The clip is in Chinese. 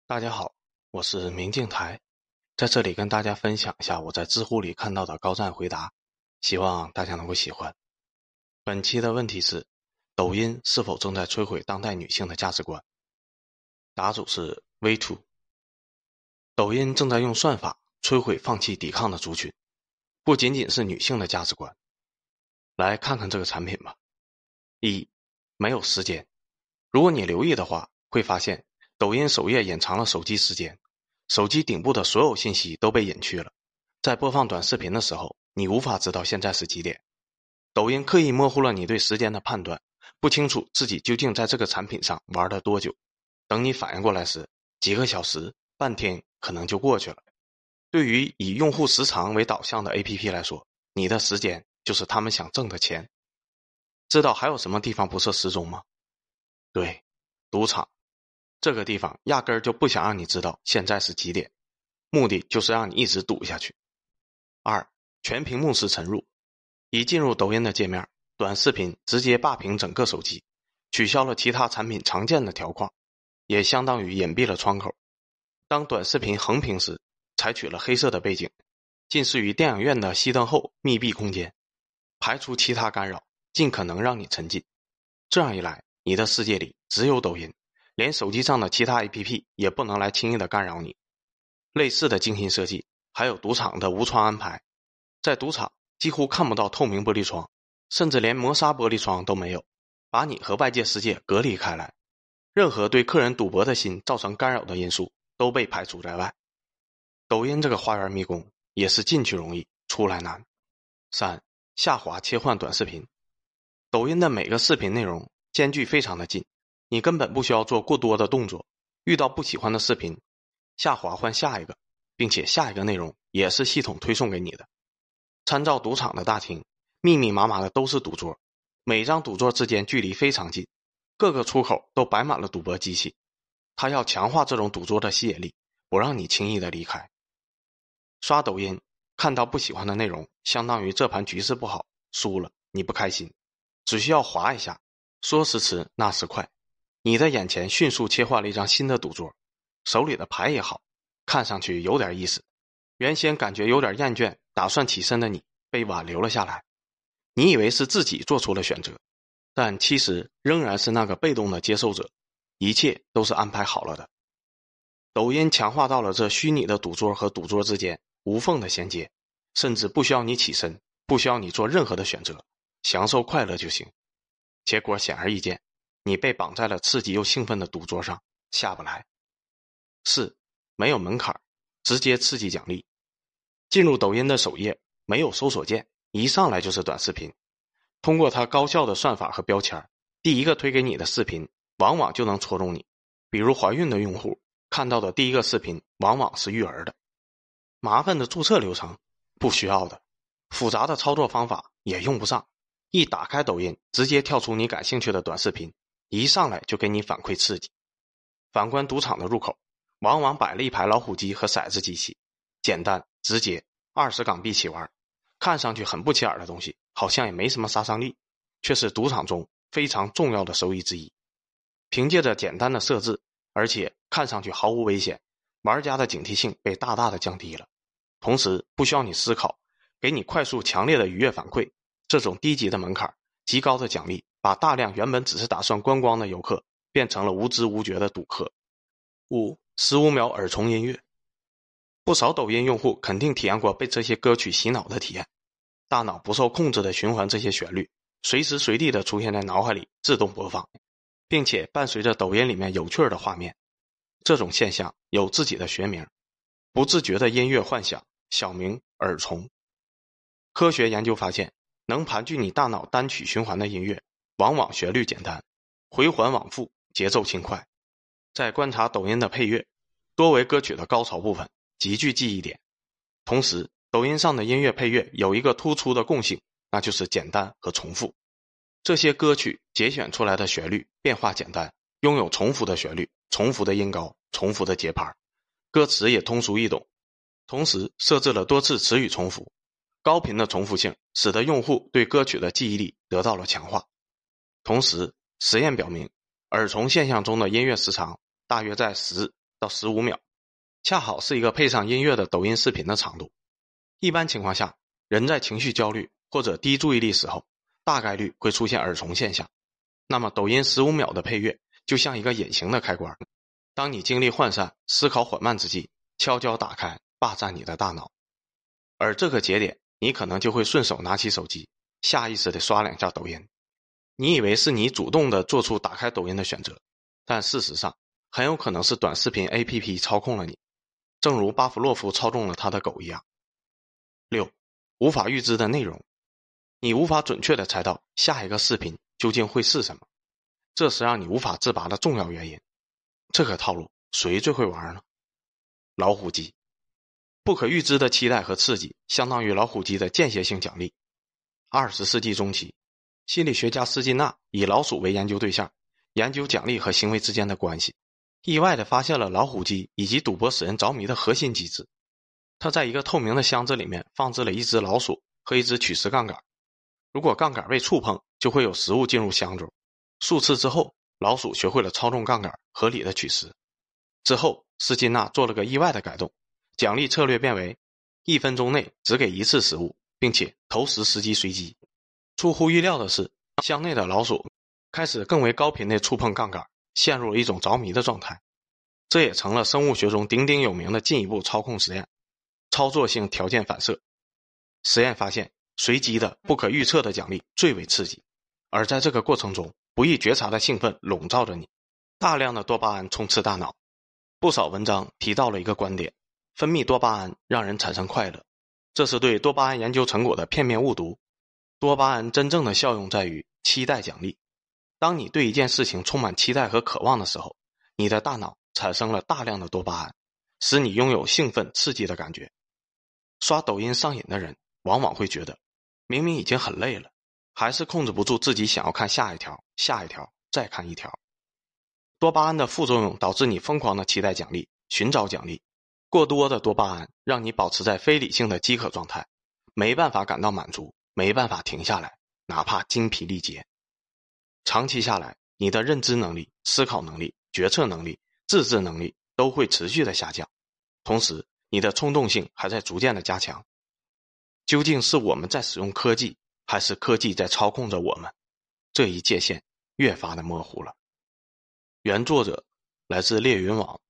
大家好，我是明镜台，在这里跟大家分享一下我在知乎里看到的高赞回答，希望大家能够喜欢。本期的问题是：抖音是否正在摧毁当代女性的价值观？答主是 V2。抖音正在用算法摧毁放弃抵抗的族群，不仅仅是女性的价值观。来看看这个产品吧。一、没有时间。如果你留意的话，会发现抖音首页隐藏了手机时间，手机顶部的所有信息都被隐去了。在播放短视频的时候，你无法知道现在是几点。抖音刻意模糊了你对时间的判断，不清楚自己究竟在这个产品上玩了多久。等你反应过来时，几个小时、半天可能就过去了。对于以用户时长为导向的 APP 来说，你的时间就是他们想挣的钱。知道还有什么地方不设时钟吗？对，赌场。这个地方压根儿就不想让你知道现在是几点，目的就是让你一直赌下去。二、全屏幕式沉入。一进入抖音的界面，短视频直接霸屏整个手机，取消了其他产品常见的条框，也相当于隐蔽了窗口。当短视频横屏时，采取了黑色的背景，近似于电影院的熄灯后密闭空间，排除其他干扰，尽可能让你沉浸。这样一来，你的世界里只有抖音，连手机上的其他 APP 也不能来轻易的干扰你。类似的精心设计还有赌场的无窗安排，在赌场几乎看不到透明玻璃窗，甚至连磨砂玻璃窗都没有，把你和外界世界隔离开来。任何对客人赌博的心造成干扰的因素都被排除在外。抖音这个花园迷宫也是进去容易出来难。三、下滑切换短视频。抖音的每个视频内容间距非常的近，你根本不需要做过多的动作，遇到不喜欢的视频，下滑换下一个，并且下一个内容也是系统推送给你的。参照赌场的大厅，密密麻麻的都是赌桌，每张赌桌之间距离非常近，各个出口都摆满了赌博机器，它要强化这种赌桌的吸引力，不让你轻易的离开。刷抖音看到不喜欢的内容，相当于这盘局势不好，输了，你不开心，只需要滑一下，说时迟那时快，你的眼前迅速切换了一张新的赌桌，手里的牌也好，看上去有点意思。原先感觉有点厌倦，打算起身的你被挽留了下来。你以为是自己做出了选择，但其实仍然是那个被动的接受者，一切都是安排好了的。抖音强化到了这虚拟的赌桌和赌桌之间无缝的衔接，甚至不需要你起身，不需要你做任何的选择，享受快乐就行。结果显而易见，你被绑在了刺激又兴奋的赌桌上，下不来。四、没有门槛，直接刺激奖励。进入抖音的首页，没有搜索键，一上来就是短视频。通过它高效的算法和标签，第一个推给你的视频往往就能戳中你。比如怀孕的用户看到的第一个视频往往是育儿的。麻烦的注册流程不需要的，复杂的操作方法也用不上，一打开抖音直接跳出你感兴趣的短视频，一上来就给你反馈刺激。反观赌场的入口，往往摆了一排老虎机和骰子机器，简单直接，20港币起玩，看上去很不起眼的东西，好像也没什么杀伤力，却是赌场中非常重要的收益之一。凭借着简单的设置，而且看上去毫无危险，玩家的警惕性被大大的降低了。同时不需要你思考，给你快速强烈的愉悦反馈，这种低级的门槛，极高的奖励，把大量原本只是打算观光的游客变成了无知无觉的赌客。五、15秒耳虫音乐。不少抖音用户肯定体验过被这些歌曲洗脑的体验，大脑不受控制的循环这些旋律，随时随地的出现在脑海里自动播放，并且伴随着抖音里面有趣的画面。这种现象有自己的学名，不自觉的音乐幻想，小名耳虫。科学研究发现，能盘踞你大脑单曲循环的音乐，往往旋律简单，回环往复，节奏轻快。在观察抖音的配乐，多为歌曲的高潮部分，极具记忆点。同时，抖音上的音乐配乐有一个突出的共性，那就是简单和重复。这些歌曲节选出来的旋律变化简单，拥有重复的旋律、重复的音高、重复的节拍，歌词也通俗易懂。同时设置了多次词语重复，高频的重复性使得用户对歌曲的记忆力得到了强化。同时，实验表明，耳虫现象中的音乐时长大约在10 到15秒，恰好是一个配上音乐的抖音视频的长度。一般情况下，人在情绪焦虑或者低注意力时候，大概率会出现耳虫现象。那么抖音15秒的配乐就像一个隐形的开关，当你精力涣散、思考缓慢之际，悄悄打开，霸占你的大脑。而这个节点，你可能就会顺手拿起手机，下意识地刷2下抖音。你以为是你主动地做出打开抖音的选择，但事实上很有可能是短视频 APP 操控了你，正如巴甫洛夫操纵了他的狗一样。6. 无法预知的内容。你无法准确地猜到下一个视频究竟会是什么，这是让你无法自拔的重要原因。这个套路谁最会玩呢？老虎机。不可预知的期待和刺激相当于老虎机的间歇性奖励。20世纪中期，心理学家斯金纳以老鼠为研究对象，研究奖励和行为之间的关系，意外地发现了老虎机以及赌博使人着迷的核心机制。他在一个透明的箱子里面放置了一只老鼠和一只取食杠杆，如果杠杆被触碰，就会有食物进入箱中。数次之后，老鼠学会了操纵杠杆，合理的取食。之后，斯金纳做了个意外的改动，奖励策略变为1分钟内只给1次食物，并且投食时机随机。出乎意料的是，箱内的老鼠开始更为高频地触碰杠杆，陷入了一种着迷的状态。这也成了生物学中鼎鼎有名的进一步操控实验——操作性条件反射。实验发现，随机的不可预测的奖励最为刺激，而在这个过程中，不易觉察的兴奋笼罩着你，大量的多巴胺充斥大脑。不少文章提到了一个观点：分泌多巴胺让人产生快乐，这是对多巴胺研究成果的片面误读。多巴胺真正的效用在于期待奖励。当你对一件事情充满期待和渴望的时候，你的大脑产生了大量的多巴胺，使你拥有兴奋刺激的感觉。刷抖音上瘾的人往往会觉得，明明已经很累了，还是控制不住自己想要看下一条，下一条，再看一条。多巴胺的副作用导致你疯狂的期待奖励，寻找奖励。过多的多巴胺让你保持在非理性的饥渴状态，没办法感到满足，没办法停下来，哪怕精疲力竭。长期下来，你的认知能力、思考能力、决策能力、自制能力都会持续的下降，同时你的冲动性还在逐渐的加强。究竟是我们在使用科技，还是科技在操控着我们？这一界限越发的模糊了。原作者来自猎云网。